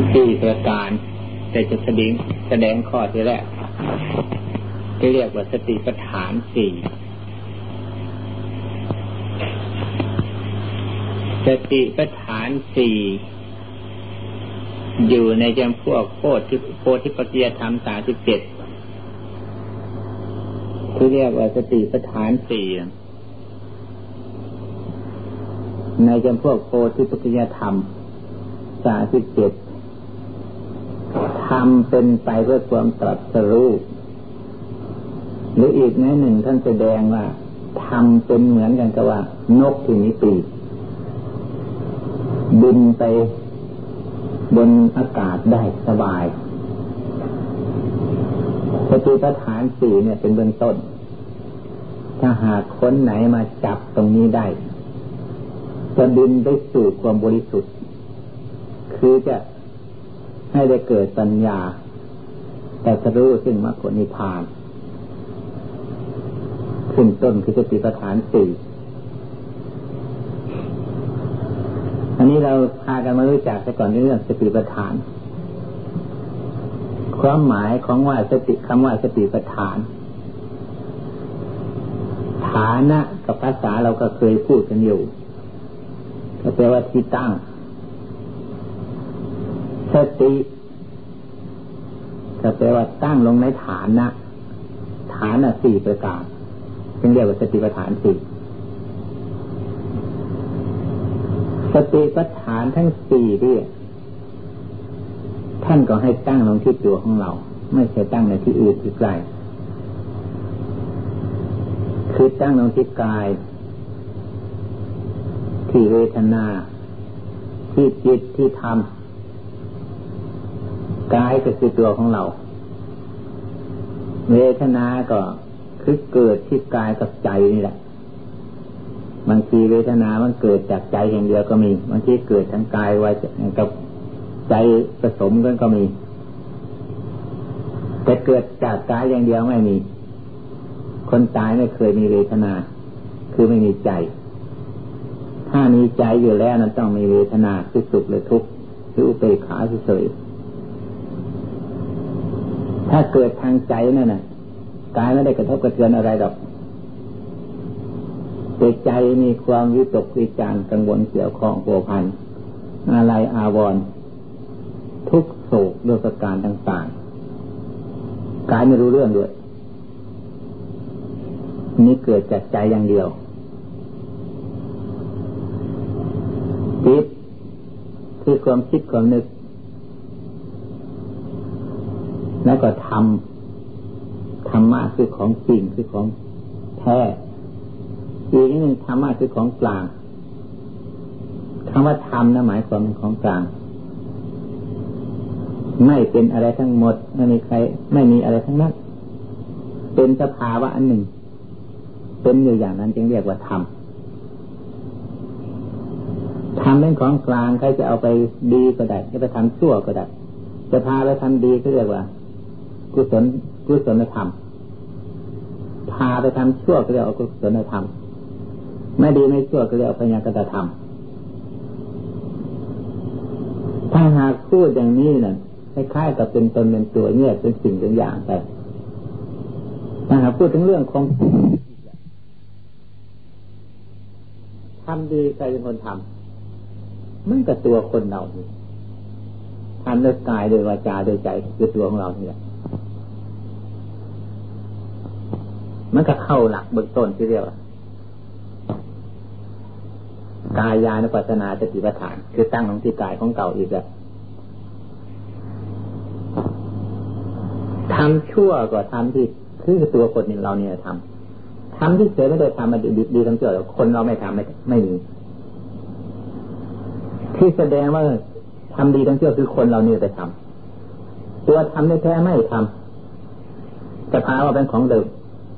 4 ประการแต่จะแสดงข้อที่แรกที่เรียกว่าสติปัฏฐาน 4สติปัฏฐาน 4อยู่ในจำพวกโพธิปัจจยธรรม 37ที่เรียกว่าสติปัฏฐาน 4ในจำพวกโพธิปัจจยธรรม 37ทำเป็นไปเพื่อความตรัสรู้หรืออีกแง่หนึ่งท่านแสดงว่าทำเป็นเหมือนกันกับว่านกที่มีปีกบินไปบนอากาศได้สบายสติปัฏฐาน 4เนี่ยเป็นเบื้องต้นถ้าหากคนไหนมาจับตรงนี้ได้จะบินไปสู่ความบริสุทธิ์คือจะให้ได้เกิดปัญญาแต่จะรู้ซึ่งมรรคผลนิพพานขึ้นต้นคือสติปัฏฐาน 4อันนี้เราพากันมารู้จักแต่ก่อนเรื่องสติปัฏฐานความหมายของว่าคำว่าสติปัฏฐานฐานะกับภาษาเราก็เคยพูดกันอยู่ก็แปลว่าที่ตั้งสติก็แปลว่าตั้งลงในฐานะ4 ประการจึงเรียกว่าสติปัฏฐาน 4สติปัฏฐานทั้ง 4เนี่ยท่านก็ให้ตั้งลงที่ตัวของเราไม่ใช่ตั้งในที่อื่นที่ไกลคือตั้งลงที่กายที่เวทนาที่จิตที่ธรรมกายก็คือตัวของเราเวทนาก็คือเกิดที่กายกับใจนี่แหละบางทีเวทนามันเกิดจากใจอย่างเดียวก็มีบางทีเกิดทั้งกายไว้กับใจผสมกันก็มีแต่เกิดจากกายอย่างเดียวไม่มีคนตายไม่เคยมีเวทนาคือไม่มีใจถ้ามีใจอยู่แล้วนั้นต้องมีเวทนาคือสุขหรือทุกข์คืออุเบกขาเฉยๆถ้าเกิดทางใจนั่นน่ะกายไม่ได้กระทบกระเทือนอะไรหรอกแต่ใจมีความวิตกวิจารกังวลเกี่ยวข้องผัวพันอะไรอาวรณ์ทุกโศกด้วยประการต่างๆกายไม่รู้เรื่องด้วยนี่เกิดจากใจอย่างเดียวจิตคือความคิดความนึกแล้วก็ธรรมะคือของจริงคือของแท้อีกนิดนึงธรรมะคือของกลางคำว่าธรรมนะหมายความเป็นของกลางไม่เป็นอะไรทั้งหมดไม่มีอะไรทั้งนั้นเป็นสภาวะอันหนึ่งเป็นอยู่อย่างนั้นจึงเรียกว่าธรรมเป็นของกลางใครจะเอาไปดีก็ได้จะไปทำชั่วก็ได้จะพาไปทำดีก็เรียกว่ากุศลธรรมพาไปทำชั่วก็เรียกว่ากุศลธรรมไม่ดีไม่ชั่วก็เรียกว่าปัญญากตธรรมถ้าหากพูดอย่างนี้น่ะคล้ายๆกับเป็นตนเป็นตัวเนี่ยเป็นสิ่งเป็นอย่างไปถ้าหากพูดถึงเรื่องของทำดีใครเป็นคนทำมันก็ตัวคนเราทำด้วยกายด้วยวาจาด้วยใจคือตัวของเราเนี่ยมันก็เข้าหลักเบื้องต้นที่เรียกว่ากายานุปัสสนาสติปัฏฐานคือตั้งลงที่กายของเก่าอีกแล้วทำชั่วก็ทำที่คือตัวคนเราเนี่ยทำที่เฉยไม่ได้ทำมาดีทั้งเจ้าคนเราไม่ทำไม่มีที่แสดงว่าทำดีทั้งเจ้าคือคนเราเนี่ยไปทำตัวทำได้แท้ไม่ทำจะพาว่าเป็นของเดิม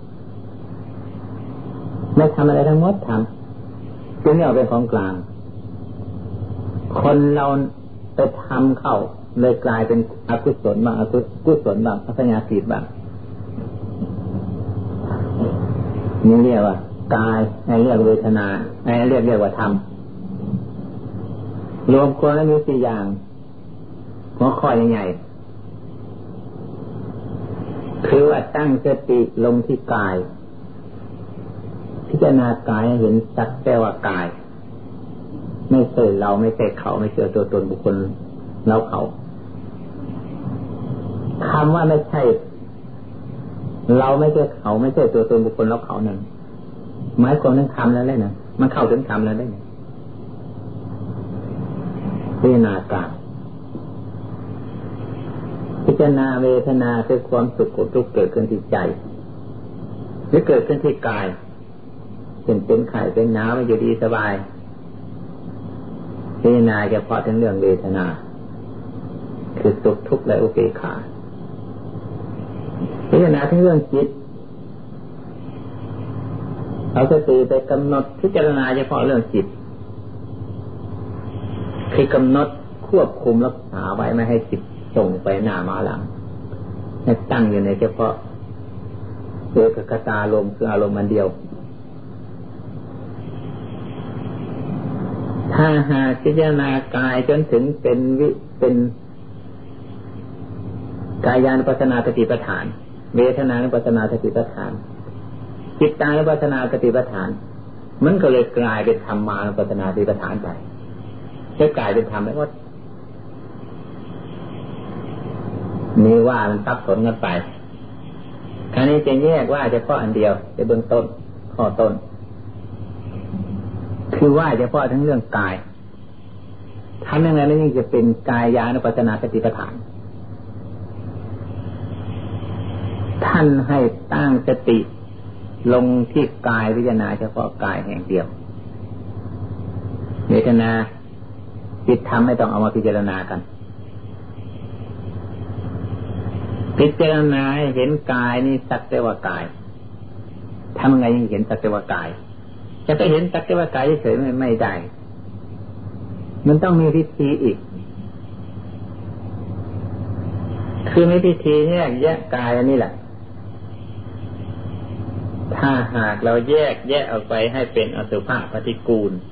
ไม่ทำอะไรทั้งหมดทำจึงเรียกว่าเป็นของกลางคนเราไปทำเข้าเลยกลายเป็นอกุศลบ้างกุศลบ้างอสัญญาสิทธิ์บ้างนี่เรียกว่ากายเรียกเวทนาเรียกว่าธรรมรวมคนแล้วมี4 อย่างผหัวข้อใหญ่ๆคือว่าตั้งสติลงที่กายพิจารณากายเห็นสักแต่ว่ากายไม่ใช่เราไม่ใช่เขาไม่ใช่ตัวตนบุคคลเราเขาคำว่าไม่ใช่เราไม่ใช่เขาไม่ใช่ตัวตนบุคคลเราเขานั้นหมายความถึงคำแล้วเลยนะมันเข้าถึงคำแล้วได้พิจารณากายพิจารณาเวทนาคือความสุขกับทุกข์เกิดขึ้นที่ใจหรือเกิดขึ้นที่กายเป็นไข้เป็นหนาวไม่อยู่ดีสบายพิจารณาเฉพาะถึงเรื่องเวทนาคือสุขทุกข์และอุเบกขาพิจารณาถึงเรื่องจิตเอาสติไปกำหนดพิจารณาเฉพาะเรื่องจิตคือกำหนดควบคุมรักษาไว้ไม่ให้จิตส่งไปหน้ามาหลังให้ตั้งอยู่ในเฉพาะเอกคตารมณ์คืออารมณ์อันเดียวถ้าหากพิจารณากายจนถึงเป็นกายานุปัสสนาสติปัฏฐานเวทนานุปัสสนาสติปัฏฐานจิตตานุปัสสนาสติปัฏฐานมันก็เลยกลายเป็นธรรมานุปัสสนาสติปัฏฐานไปจะกลายเป็นธรรมแล้วว่านี่ว่ามันซับซ้อนกันไปคราวนี้จะแยกว่าเฉพาะอันเดียวจะเบื้องต้นข้อต้นคือว่าเฉพาะทั้งเรื่องกายทำยังไงแล้วยังจะเป็นกายานุปัสสนาสติปัฏฐานท่านให้ตั้งสติลงที่กายพิจารณาเฉพาะกายแห่งเดียวเวทนาจิตธรรมไม่ต้องเอามาพิจารณากันพิจารณาเห็นกายนี่สักแต่ว่ากายทำยังไงยังเห็นสักแต่ว่ากายจะไปเห็นสักแต่ว่ากายเฉยๆไม่ได้มันต้องมีพิธีอีกคือมีพิธีแยกแยะกายอันนี้แหละถ้าหากเราแยกออกไปให้เป็นอสุภะปฏิกูล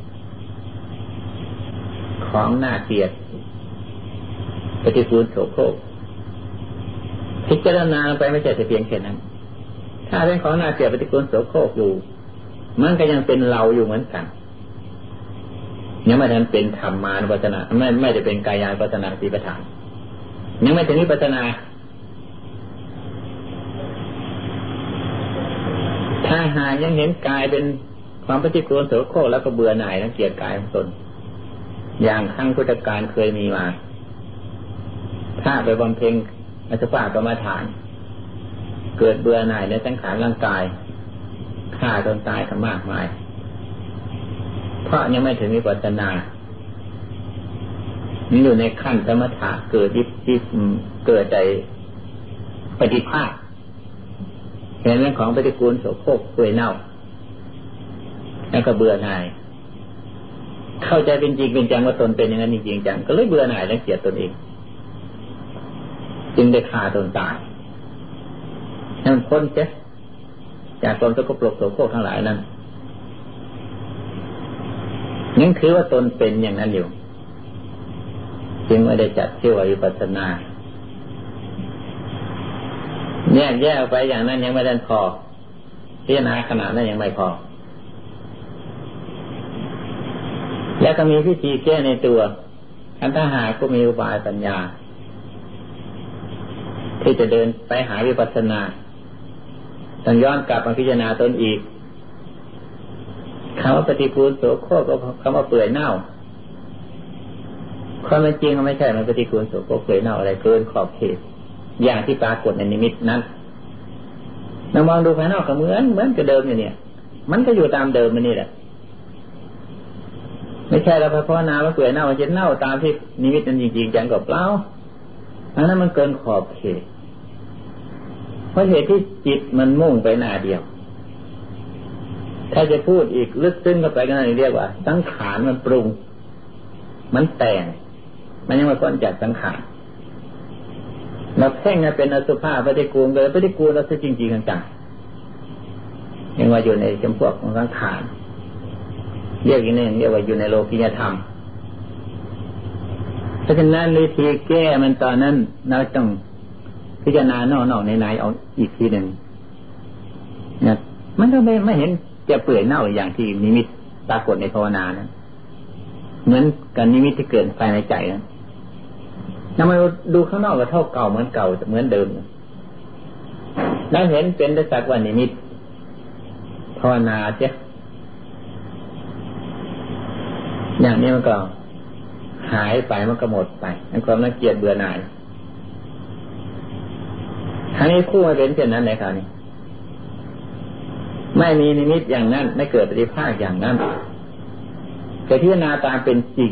ของน่าเกลียดปฏิกูลโสโครกพิจารณาไปไม่ใช่แต่เพียงแค่นั้นถ้าเป็นของน่าเกลียดปฏิกูลโสโครกอยู่มันก็ยังเป็นเราอยู่เหมือนกันยังไม่ทันเป็นธรรมานุปัสสนาไม่ได้เป็นกายานุปัสสนาสติปัฏฐานยังไม่ถึงวิปัสสนาถ้าหากยังเห็นกายเป็นความปฏิกูลโสโครกแล้วก็เบื่อหน่ายรังเกียจกายของตนอย่างครั้งพุทธกาลเคยมีมาถ้าไปบำเพ็ญอสุภกรรมฐานเกิดเบื่อหน่ายในสังขารร่างกายฆ่าตนตายกันมากมายเพราะยังไม่ถึงวิปัสสนาอยู่ในขั้นสมถะเกิดเกิดใจปฏิภาคเห็นเรื่องของปฏิกูลโสโครกเปื่อยเน่าแล้วก็เบื่อหน่ายเข้าใจเป็นจริงเป็นจังว่าตนเป็นอย่างนั้นจริงจังก็เลยเบื่อหน่ายและเกลียดตนเองจึงได้ฆ่าตนตายให้มันพ้นเสียจากความสกปรกโสโครกทั้งหลายนั้นยังถือว่าตนเป็นอย่างนั้นอยู่จึงไม่ได้จัดชื่อว่าวิปัสสนาแยกออกไปอย่างนั้นยังไม่ได้พอพิจารณาขนาดนั้นยังไม่พอแล้วก็มีพิธีแก้ในตัวอันถ้าหากก็มีอุบายปัญญาที่จะเดินไปหาวิปัสสนาต้องย้อนกลับมาพิจารณาตนอีกคำว่าปฏิกูลโสโครกก็คำว่าเปื่อยเน่าความเป็นจริงมันไม่ใช่มันปฏิกูลโสโครกเปื่อยเน่าอะไรเกินขอบเขตอย่างที่ปรากฏในนิมิตนั้นเรามองดูภายนอกก็เหมือนกับเดิมอยู่เนี่ยมันก็อยู่ตามเดิมมันนี่แหละไม่ใช่เราภาวนาว่าเปื่อยเน่ามันจะเน่าตามที่นิมิตนั้นจริงๆจังกับเปล่าอันนั้นมันเกินขอบเขตเพราะเหตุที่จิตมันมุ่งไปหน้าเดียวถ้าจะพูดอีกลึกซึ้งเข้าไปก็เรียกว่าสังขารมันปรุงมันแต่งมันยังไม่พ้นจากสังขารเราเพ่งให้เป็นอสุภะปฏิกูลเลยปฏิกูลเราซะจริงๆจังๆยังว่าอยู่ในจำพวกของสังขารเรียกอีกหนึ่งเรียกว่าอยู่ในโลกิยธรรมเพราะฉะนั้นวิธีแก้มันตอนนั้นเราต้องพิจารณานอกๆในเอาอีกทีหนึ่งนะมันก็ไม่เห็นจะเปื่อยเน่าอย่างที่นิมิตปรากฏในภาวนานะเหมือนกับนิมิตที่เกิดภายในใจนะถ้ามาดูข้างนอกก็เท่าเก่าเหมือนเก่าเหมือนเดิมแล้วเห็นเป็นแต่สักวันนิมิตภาวนาเจ้าอย่างนี้มันก็หายไปมันก็หมดไปนั่นความน่าเกลียดเบื่อหน่ายทั้งนี้คู่มาเป็นเช่นนั้นเลยครับนี่ไม่มีนิมิตอย่างนั้นไม่เกิดปฏิภาคอย่างนั้นแต่พิจารณาตามเป็นจริง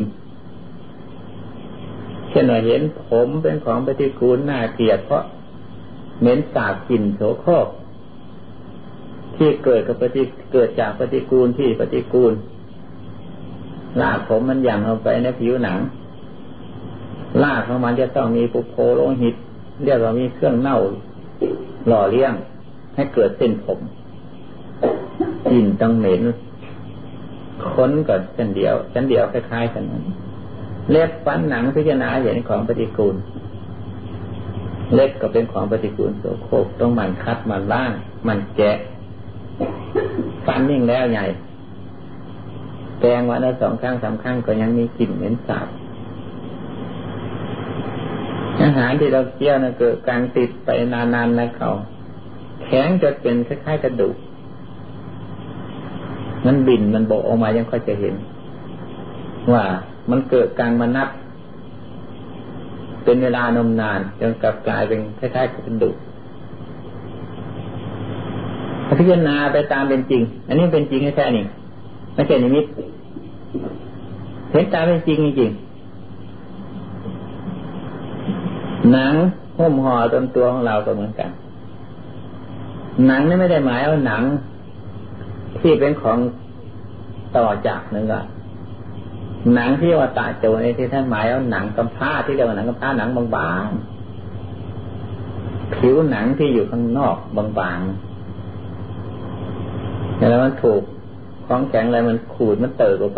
เช่นว่าเห็นผมเป็นของปฏิกูลน่าเกลียดเพราะเหม็นสาบกลิ่นโสโครกที่เกิดจากปฏิกูลที่ปฏิกูลรากผมมันหยั่งลงไปในผิวหนังรากของมันจะต้องมีปุโพโลหิตเรียกว่ามีเครื่องเน่าหล่อเลี้ยงให้เกิดเส้นผมกลิ่นต้องเหม็นขนก็เช่นเดียวคล้ายๆกันนั้นเล็บฟันหนังพิจารณาเห็นของปฏิกูลเล็บก็เป็นของปฏิกูลโสโครกต้องมันคัดมันล้างมันแกะฟันยิ่งแล้วใหญ่แปรงวันละ2 ครั้ง 3 ครั้งก็ยังมีกลิ่นเหม็นสาบอาหารที่เราเคี้ยวนะเกิดการติดไปนานๆนะเขาแข็งจนเป็นคล้ายๆกระดูกมันบิ่นมันโบกออกมายังค่อยจะเห็นว่ามันเกิดการมานับเป็นเวลานมนานจนกลับกลายเป็นคล้ายๆกระดูกพิจารณาไปตามเป็นจริงอันนี้เป็นจริงแท้ๆนี่ไม่ใช่นิมิตเห็นตามเป็นจริงจริงหนังหุ้มห่อตนตัวของเราก็เหมือนกันหนังนี่ไม่ได้หมายว่าหนังที่เป็นของต่อจากเนื้อหนังที่ว่าตาโจนี่ที่ท่านหมายว่าหนังกำพร้าที่เรียกว่าหนังกำพร้าหนังบางๆผิวหนังที่อยู่ข้างนอกบางๆแล้วมันถูกของแข็งอะไรมันขูดมันเติบออกไป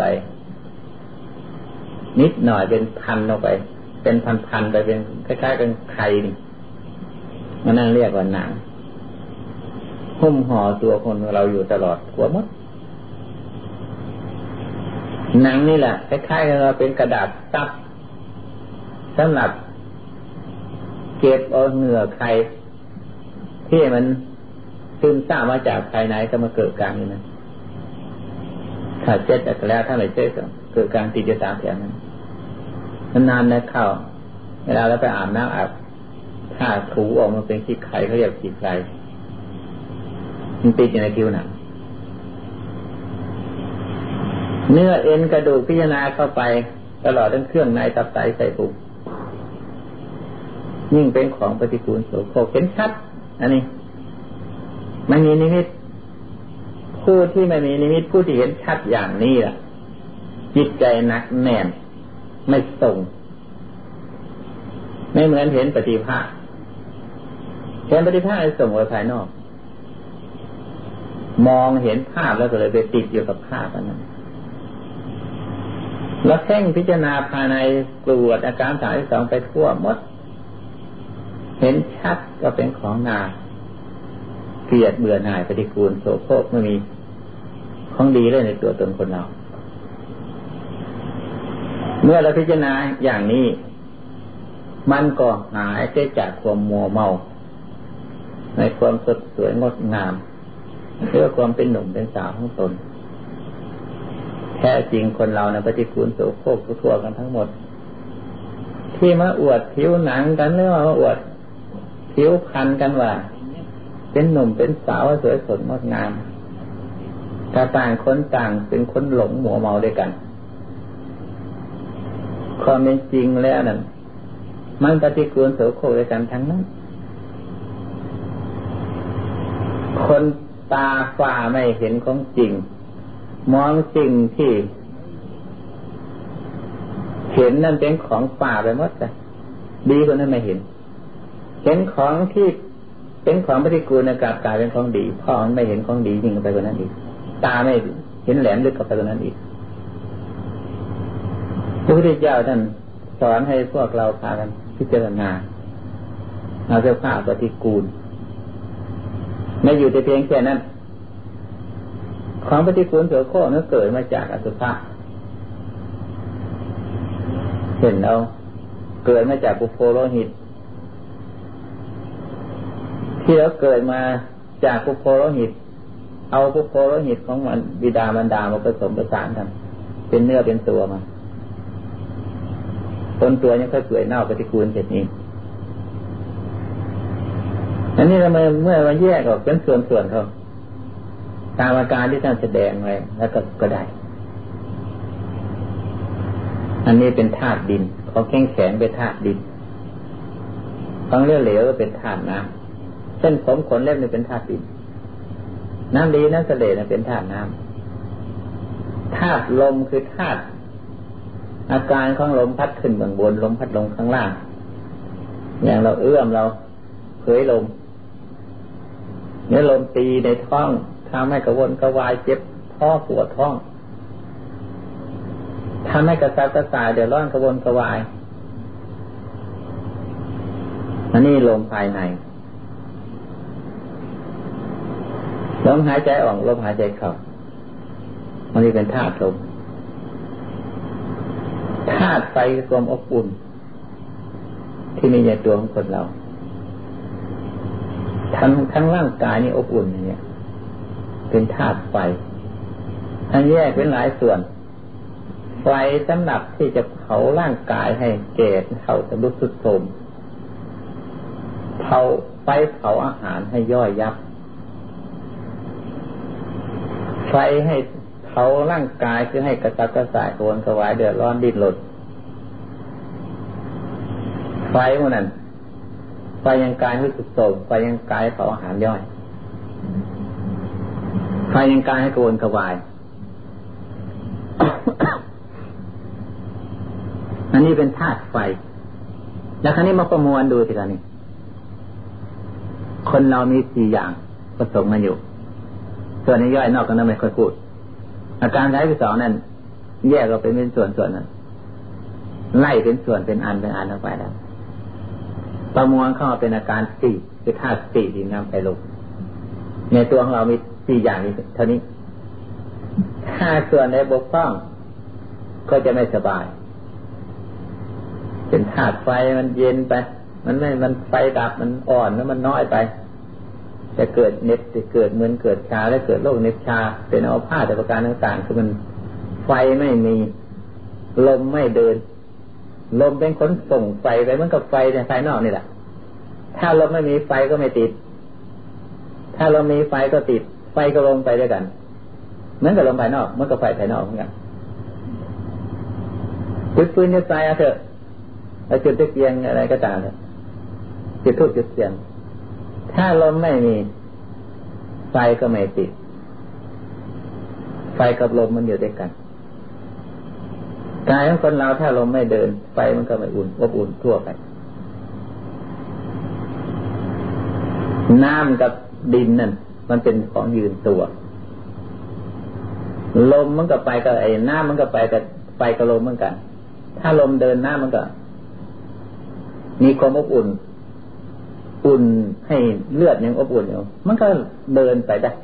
นิดหน่อยเป็นพันออกไปเป็นพันๆไปเป็นคล้ายๆกันไข่นี่มันนั่นเรียกว่าหนังหุ้มห่อตัวคนเราอยู่ตลอดหัวมดหนังนี่แหละคล้ายๆกับเราเป็นกระดาษซับสำหรับเก็บเอาเหงื่อใครที่มันซึมซาบมาจากภายในก็มาเกิดการนี่นะถ้าเช็ดแล้วถ้าไม่เช็ดก็เกิดการติดอยู่ตามแถวนั้นนานๆนะเข้าเวลาเราไปอาบน้ำอาบถ้าถูออกมาเป็นขี้ไข่เขาเรียกขี้ไข่มันติดอยู่ในผิวหนังเนื้อเอ็นกระดูกพิจารณาเข้าไปตลอดทั้งเครื่องในตับไตไส้พุงยิ่งเป็นของปฏิกูลโสโครกเห็นชัดอันนี้ไม่มีนิมิตผู้ที่ไม่มีนิมิตผู้ที่เห็นชัดอย่างนี้ล่ะจิตใจหนักแน่นไม่ตรงไม่เหมือนเห็นปฏิภาคเห็นปฏิภาคส่งไปภายนอกมองเห็นภาพแล้วก็เลยไปติดอยู่กับภาพนั้นแล้วเพ่งพิจารณาภายในกรวดอาการ32ไปทั่วหมดเห็นชัดก็เป็นของนาเกลียดเบื่อหน่ายปฏิกูลโสโครกไม่มีของดีเลยในตัวตนคนเราเมื่อเราพิจารณาอย่างนี้มันก็หายไปจากความมัวเมาในความสดสวยงดงามเพื่อความเป็นหนุ่มเป็นสาวของตนแท้จริงคนเราในปฏิกูลโสโครกทั่วกันทั้งหมดที่มาอวดผิวหนังกันหรือว่ามาอวดผิวพรรณกันว่าเป็นหนุ่มเป็นสาวสวยสดงดงามแต่ต่างคนต่างเป็นคนหลงมัวเมาด้วยกันความเป็นจริงแล้วนั่นมันปฏิกูลโสโครกด้วยกันทั้งนั้นคนตาฝ้าไม่เห็นของจริงมองสิ่งที่เห็นนั่นเป็นของฝ่าไปหมดเลยดีกว่านั้นไม่เห็นของที่เป็นของปฏิกูลกลับกลายเป็นของดีพ่อมันไม่เห็นของดียิ่งไปกว่านั้นอีกตาไม่เห็นแหลมลึกกว่านั้นอีกพระพุทธเจ้าท่านสอนให้พวกเราพากันพิจารณาเอาเสื้อผ้าปฏิกูลไม่อยู่แต่เพียงแค่นั้นของปฏิกูลโสโครกนั้นเกิดมาจากอสุภะเห็นเราเกิดมาจากปุโพโลหิตที่เราเกิดมาจากปุโพโลหิตเอาปุโพโลหิตของมันบิดามารดามาผสมประสานกันเป็นเนื้อเป็นตัวมาต้นตัวยังค่อยเปื่อยเน่าปฏิกูลเสร็จนี้อันนี้เราเมื่อเราแยกออกเป็นส่วนๆเขาตามอาการที่ท่านแสดงไว้แล้วก็ได้อันนี้เป็นธาตุดินของแข็งแข็งเป็นธาตุดินของเหลวๆก็เป็นธาตุน้ำเส้นผมขนเล็บนี่เป็นธาตุดินน้ำดีน้ำเสลดเป็นธาตุน้ำธาตุลมคือธาตุอาการของลมพัดขึ้นเบื้องบนลมพัดลงข้างล่างอย่างเราเอื้อมเราเผยลมเนี่ยลมตีในท้องทำให้กระวนกระวายเจ็บท้องปวดท้องทำให้กระสับกระส่ายเดือดร้อนกระวนกระวายอันนี้ลมภายในลมหายใจออกลมหายใจเข้าอันนี้เป็นธาตุลมธาตุไฟคือความอบอุ่นที่มีในตัวของคนเราทั้งร่างกายนี่อบอุ่นเนี่ยเป็นธาตุไฟอันแยกเป็นหลายส่วนไฟสำหรับที่จะเผาร่างกายให้แก่เผาจะรุดสุดโทรมเผาไฟเผาอาหารให้ย่อยยับไฟให้เผาร่างกายคือให้กระสับกระส่ายกระวนกระวายเดือดร้อนดิ้นรนไฟพวกนั้นไฟยังกายให้สุดโทรมไฟยังกายเผาอาหารย่อยไฟยังกายให้กระวนกระวาย อันนี้เป็นธาตุไฟแล้วคราวนี้มาประมวลดูสิกันนี่คนเรามี4อย่างผสมกันอยู่ส่วนนี้ย่อยนอกกันนั้นไม่ค่อยพูดอาการท้ายที่2นั่นแยกออกเป็นส่วนๆนั้นไล่เป็นส่วนเป็นอันออกไปแล้วประมวลเข้ามาเป็นอาการ4คือธาตุ4ดินน้ำไฟลมในตัวของเรามี4อย่างนี้เท่านี้ถ้าส่วนใดบกพร่องก็จะไม่สบายเป็นธาตุไฟมันเย็นไปมันไฟดับมันอ่อนแล้วมันน้อยไปจะเกิดเน็บจะเกิดเหมือนเกิดชาและเกิดโรคเน็บชาเป็นอัมพาตแต่ประการต่างๆคือมันไฟไม่มีลมไม่เดินลมเป็นคนส่งไฟไปเหมือนกับไฟในภายนอกนี่แหละถ้าลมไม่มีไฟก็ไม่ติดถ้าลมมีไฟก็ติดไฟก็ลงไปด้วยกันเหมือนกับลมภายนอกเหมือนกับไฟภายนอกเหมือนกันจุดฟืนจุดไฟเอาเถอะจุดตะเกียงอะไรก็ตามเลยจุดธูปจุดเทียนถ้าลมไม่มีไฟก็ไม่ติดไฟกับลมมันอยู่ด้วยกันกายของคนเราถ้าลมไม่เดินไฟมันก็ไม่อุ่นอบอุ่นทั่วไปน้ำกับดินนั่นมันเป็นของยืนตัวลมมันก็ไปกับไอ้น้ำมันก็ไปกับไฟกับลมเหมือนกันถ้าลมเดินน้ำมันก็มีความอบอุ่นให้เลือดยังอบอุ่นอยู่มันก็เดินไปได้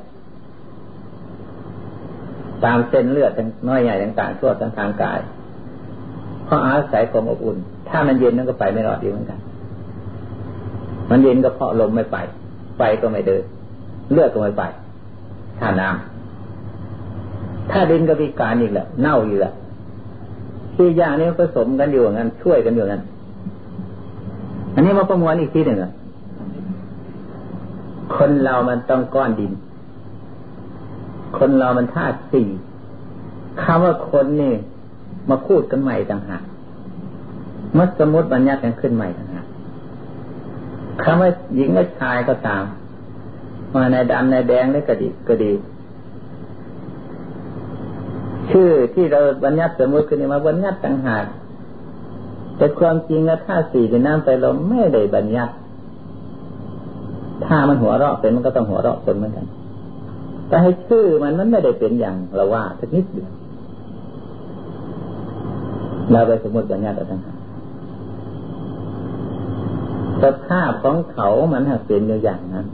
ตามเส้นเลือดน้อยใหญ่ต่างๆทั่วทั้งทางกายเพราะอาศัยความอบอุ่นถ้ามันเย็นมันก็ไปไม่รอดอยู่เหมือนกันมันเย็นก็เพราะลมไม่ไปไฟก็ไม่เดินเลือดก็ไม่ไปถ้าน้ำถ้าดินก็พิการอีกแหละเน่าอีกแหละที่อย่างนี้ผสมกันอยู่งั้นช่วยกันอยู่งั้นอันนี้มาประมวลอีกทีหนึ่งคนเรามันต้องก้อนดินคนเรามันธาตุ4คำว่าคนนี่มาพูดกันใหม่ต่างหากมัสมุติบัญญัติกันขึ้นใหม่ต่างหากคำว่าหญิงและชายก็ตามมาในดำในแดงได้ก็ดีชื่อที่เราบัญญัติสมมติขึ้นมาบัญญัติต่างหากแต่ความจริงแล้วธาตุ4เป็นน้ำไฟลมไม่ได้บัญญัติถ้ามันหัวเราะเป็นมันก็ต้องหัวเราะคนเหมือนกันแต่ให้ชื่อมันไม่ได้เป็นอย่างเราว่าสักนิดเดียวเราไปสมมติบัญญัติต่างหากสภาพของเขามันหากเป็นอย่างนั้น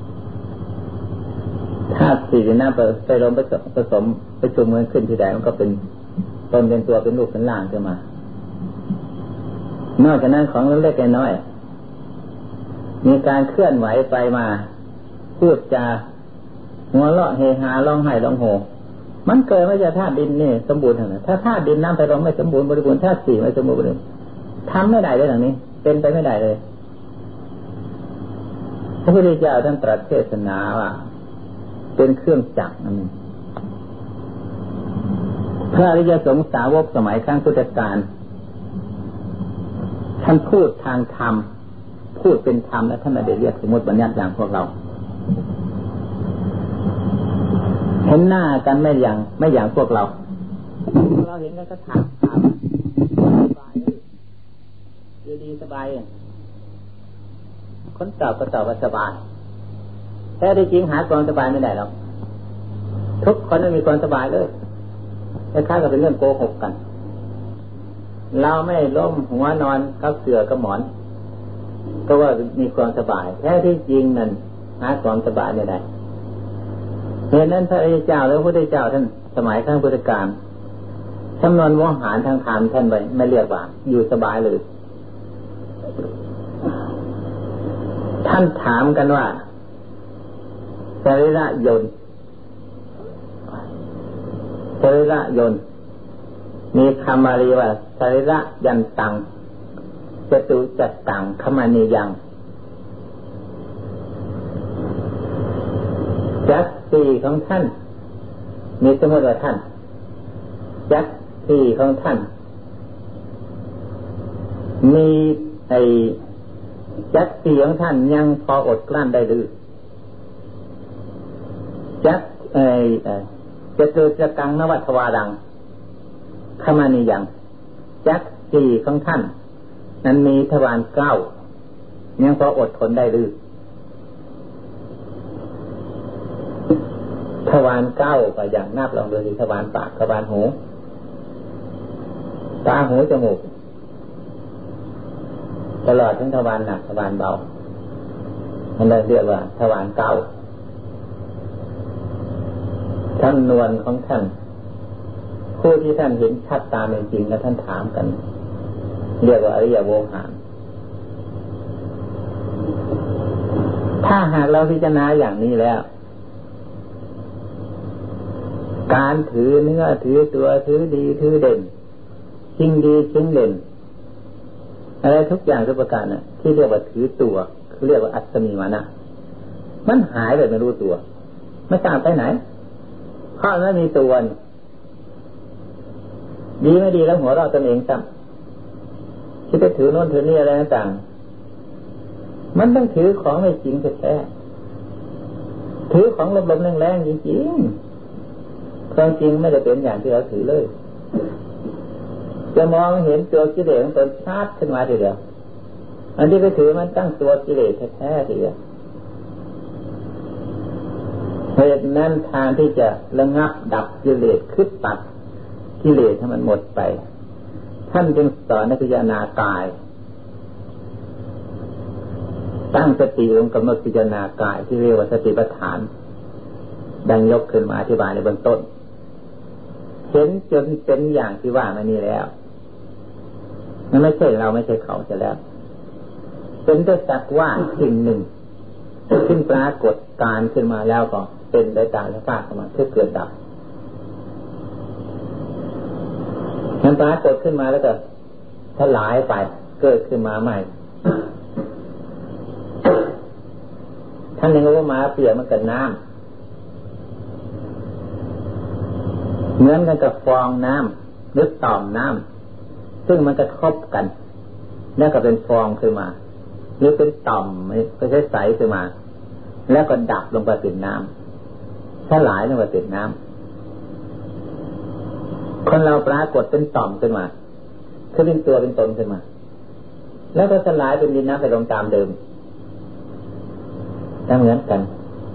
ธาตุสี่น้ำไปลมผสมไปจุ่มกันขึ้นที่ใดมันก็เป็นตนเป็นตัวเป็นรูปเป็นร่างขึ้นมานอกจากนั้นของเล็กๆน้อยๆมีการเคลื่อนไหวไปมาพูดจาหัวเราะเฮฮาร้องไห้ร้องโห่มันเกิดมาจากธาตุดินนี่สมบูรณ์ทั้งนั้นถ้าธาตุดินน้ำไฟลมไม่สมบูรณ์บริบูรณ์ธาตุสี่ไม่สมบูรณ์ทำไม่ได้เลยอย่างนี้เป็นไปไม่ได้เลยพระพุทธเจ้าท่านตรัสเทศนาว่าเป็นเครื่องจักรนั่นพระอริยสงฆ์สาวกสมัยครั้งพุทธกาลท่านพูดทางธรรมพูดเป็นธรรมและท่านไม่ได้เรียกสมมติบัญญัติอย่างพวกเราเห็นหน้ากันไม่อย่างพวกเราเห็นกันก็ถามสบายเลยดีสบายคนตอบก็ตอบว่าสบายแต่ที่จริงหาความสบายไม่ได้หรอกทุกคนไม่มีความสบายเลยแต่ถ้าก็เป็นเรื่องโกหกกันเราไม่ล้มหัวนอนกับเสื่อกับหมอนก็ว่ามีความสบายแท้ที่จริงนั่นหาความสบายไม่ได้เหตุนั้นพระอริยเจ้าและพระพุทธเจ้าท่านสมัยครั้งพุทธกาลจำนวนวหารทางธรรมท่านไม่เรียกว่าอยู่สบายเลยท่านถามกันว่าสรีระยนต์มีคำบาลีว่าสรีระยันตังจตุจัตตังขมานิยังจักสี่ของท่านมีสมมติว่าท่านจักสี่ของท่านมีจักสี่ของท่านยังพออดกลั้นได้หรือจักจตุจักตังนวัฏวารังขมานิยังจักสี่ของท่านนั้นมีทวารเก้ายังพออดทนได้หรือทวารเก้าก็อย่างนับลองดูสิทวารปากทวารหูตาหูจมูกตลอดทั้งทวารหนักทวารเบามันเรียกว่าทวารเก้าท่านนวลของท่านผู้ที่ท่านเห็นชัดตามเป็นจริงและท่านถามกันเรียกว่าอริยโวหารถ้าหากเราพิจารณาอย่างนี้แล้วการถือเนื้อถือตัวถือดีถือเด่นชิงดีชิงเด่นอะไรทุกอย่างทุกประการน่ะที่เรียกว่าถือตัวคือเรียกว่าอัตมิมานะมันหายไปไม่รู้ตัวไม่ทราบไปไหนเพราะไม่มีตัวดีไม่ดีแล้วหัวเราตนเองซ้ำที่ไปถือโน่นถือนี่อะไรต่างมันต้องถือของไม่จริงแท้ๆถือของลมๆแรงๆจริงๆความจริงไม่ได้เป็นอย่างที่เราถือเลยจะมองเห็นตัวกิเลสของตนชัดขึ้นมาทีเดียวอันที่ไปถือมันตั้งตัวกิเลสแท้ๆทีเดียวเหตุนั้นทางที่จะระงับดับกิเลสคือตัดกิเลสให้มันหมดไปท่านจึงสอนให้พิจารณากายตั้งสติลงกำหนดพิจารณากายที่เรียกว่าสติปัฏฐานดังยกขึ้นมาอธิบายในเบื้องต้นเห็นจนเป็นอย่างที่ว่ามานี่แล้วมันไม่ใช่เราไม่ใช่เขาจะแล้วเป็นแต่สักว่าสิ่งหนึ่งขึ้นปรากฏการขึ้นมาแล้วก็เป็นไปตามสภาพของมันที่เกิดดับมันปรากฏขึ้นมาแล้วก็สลายไปเกิดขึ้นมาใหม่ท่านเองก็มาเปรียบมันกับน้ำเหมือนกันกับฟองน้ำหรือต่อมน้ำซึ่งมันกระทบกันแล้วก็เป็นฟองขึ้นมาหรือเป็นต่อมก็ใสๆขึ้นมาแล้วก็ดับลงไปเป็นน้ำสลายลงไปเป็นน้ำคนเราปรากฏเป็นต่อมขึ้นมาคือเป็นตัวเป็นตนขึ้นมาแล้วก็สลายเป็นดินน้ำไปลงตามเดิมเหมือนกัน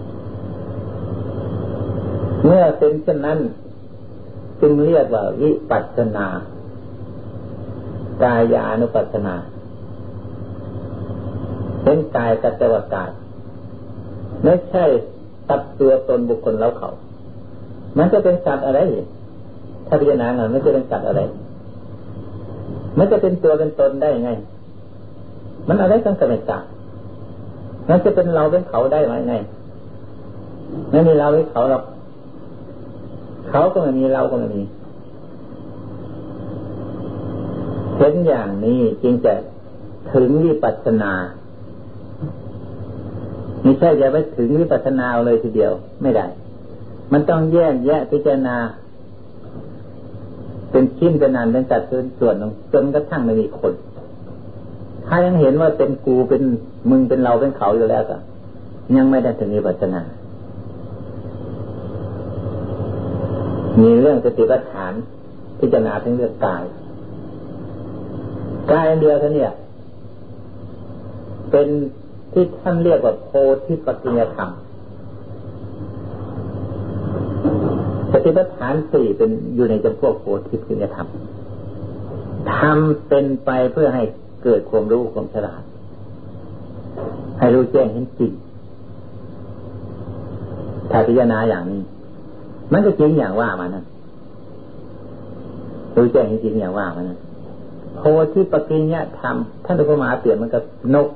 เมื่อเป็นเช่นนั้นจึงเรียกว่าวิปัสสนากายานุปัสสนาเห็นกายสัจจวกายไม่ใช่ตัดตัวตนบุคคลเราเขามันจะเป็นสัตว์อะไรถ้าพิจารณาหน่อยมันจะเป็นสัตว์อะไรมันจะเป็นตัวเป็นตนได้ยังไงมันอะไรต้องกระเม็ดจับมันจะเป็นเราเป็นเขาได้ไหมไงไม่มีเราไม่เขาหรอกเขาก็ไม่มีเราก็ไม่มีเห็นอย่างนี้จึงจะถึงวิปัสสนาไม่ใช่จะไปถึงวิปัสสนาเลยทีเดียวไม่ได้มันต้องแยกแยะพิจารณาเป็นชิ้นเป็นอันเป็นสัดส่วนจนกระทั่งไม่มีคนถ้ายังเห็นว่าเป็นกูเป็นมึงเป็นเราเป็นเขาอยู่แล้วก็ยังไม่ได้ถึงวิปัสสนามีเรื่องสติปัฏฐานพิจารณาถึงเรื่องกายอันเดียวเท่านี้เป็นที่ท่านเรียกว่าโพธิปัจจยธรรมสติปัฏฐานสี่เป็นอยู่ในจำพวกโพธิปัจจยธรรมทำเป็นไปเพื่อให้เกิดความรู้ความฉลาดให้รู้แจ้งเห็นจริงถ้าพิจารณาอย่างนี้มันก็จริงอย่างว่ามันนะรู้แจ้งเห็นจริงอย่างว่ามันนะโพธิปัจจยธรรมท่านอุปมาเปรียบมันกับนก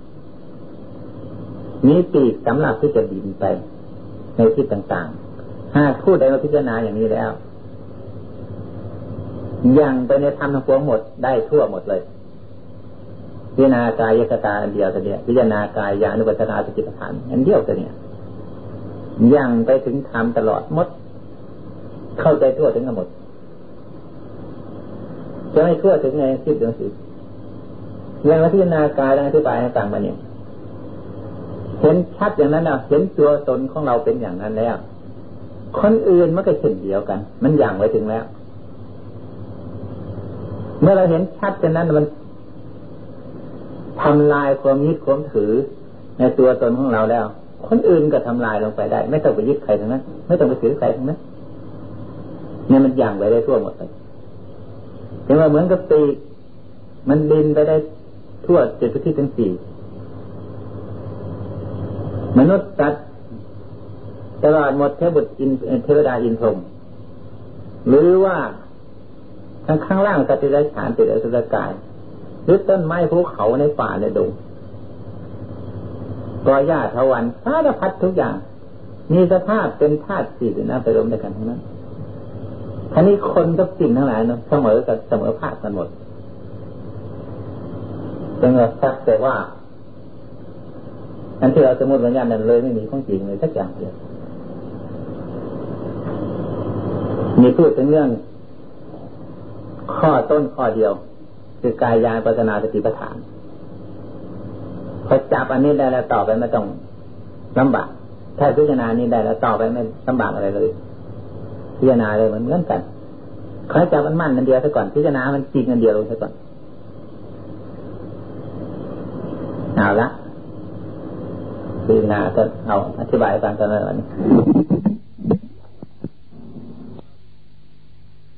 มีปีกสำหรับที่จะบินไปในที่ต่างๆหากผู้ใดมาพิจารณาอย่างนี้แล้วยังไปในธรรมทั้งปวงหมดได้ทั่วหมดเลยพิจารณากายกตาอันเดียวแต่เนี่ยพิจารณากายญาณุปัสสนาสติปัฏฐานอันเดียวแต่เนี่ยยังไปถึงธรรมตลอดหมดเข้าใจทั่วถึงกันหมดจะไม่ทั่วถึงในคิดดูสิอย่างพิจารณากายแล้วอธิบายให้ฟังมาเนี่ยเห็นชัดอย่างนั้นนะเห็นตัวตนของเราเป็นอย่างนั้นแล้วคนอื่นมันก็เช่นเดียวกันมันอย่างไว้ถึงแล้วเมื่อเราเห็นชัดอย่างนั้นมันทำลายความยึดความถือในตัวตนของเราแล้วคนอื่นก็ทำลายลงไปได้ไม่ต้องไปยึดใครทั้งนั้นไม่ต้องไปถือใครทั้งนั้นเนี่ยมันอย่างไว้ได้ทั่วหมดเลยเห็นว่าเหมือนกับปีกมันบินไปได้ทั่วเจ็ดทิศทั้งสี่มนุษย์สัตว์ตลอดหมดเทพบุตรเทวดาอินทร์พรหมหรือว่าข้างล่างสัตว์ที่ไร้ฐานติดอสุรกายหรือต้นไม้ภูเขาในป่าในดงกอหญ้าทวันสารพัดทุกอย่างมีสภาพเป็นธาตุสี่เป็นน้ำไปรวมด้วยกันทั้งนั้นท่านี้คนกับสิ่งทั้งหลายเสมอกับเสมอภาคกันหมดจึงเราสักแต่ว่าอันที่เราสมมติวิญญาณนั้นเลยไม่มีของจริงเลยสักอย่างเดียวมีพูดถึงเรื่องข้อต้นข้อเดียวคือกายญาณปัสสนาสติปัฏฐานพอจับอันนี้ได้แล้วต่อไปไม่ต้องลำบากถ้าพิจารณานี้ได้แล้วต่อไปไม่ลำบากอะไรเลยพิจารณาเลยเหมือนกันขอให้จับมันมั่นอันเดียวซะก่อนพิจารณามันจริงอันเดียวลงซะก่อนเอาละพิจารณาก็เอาอธิบายฟังกันเลยวันนี้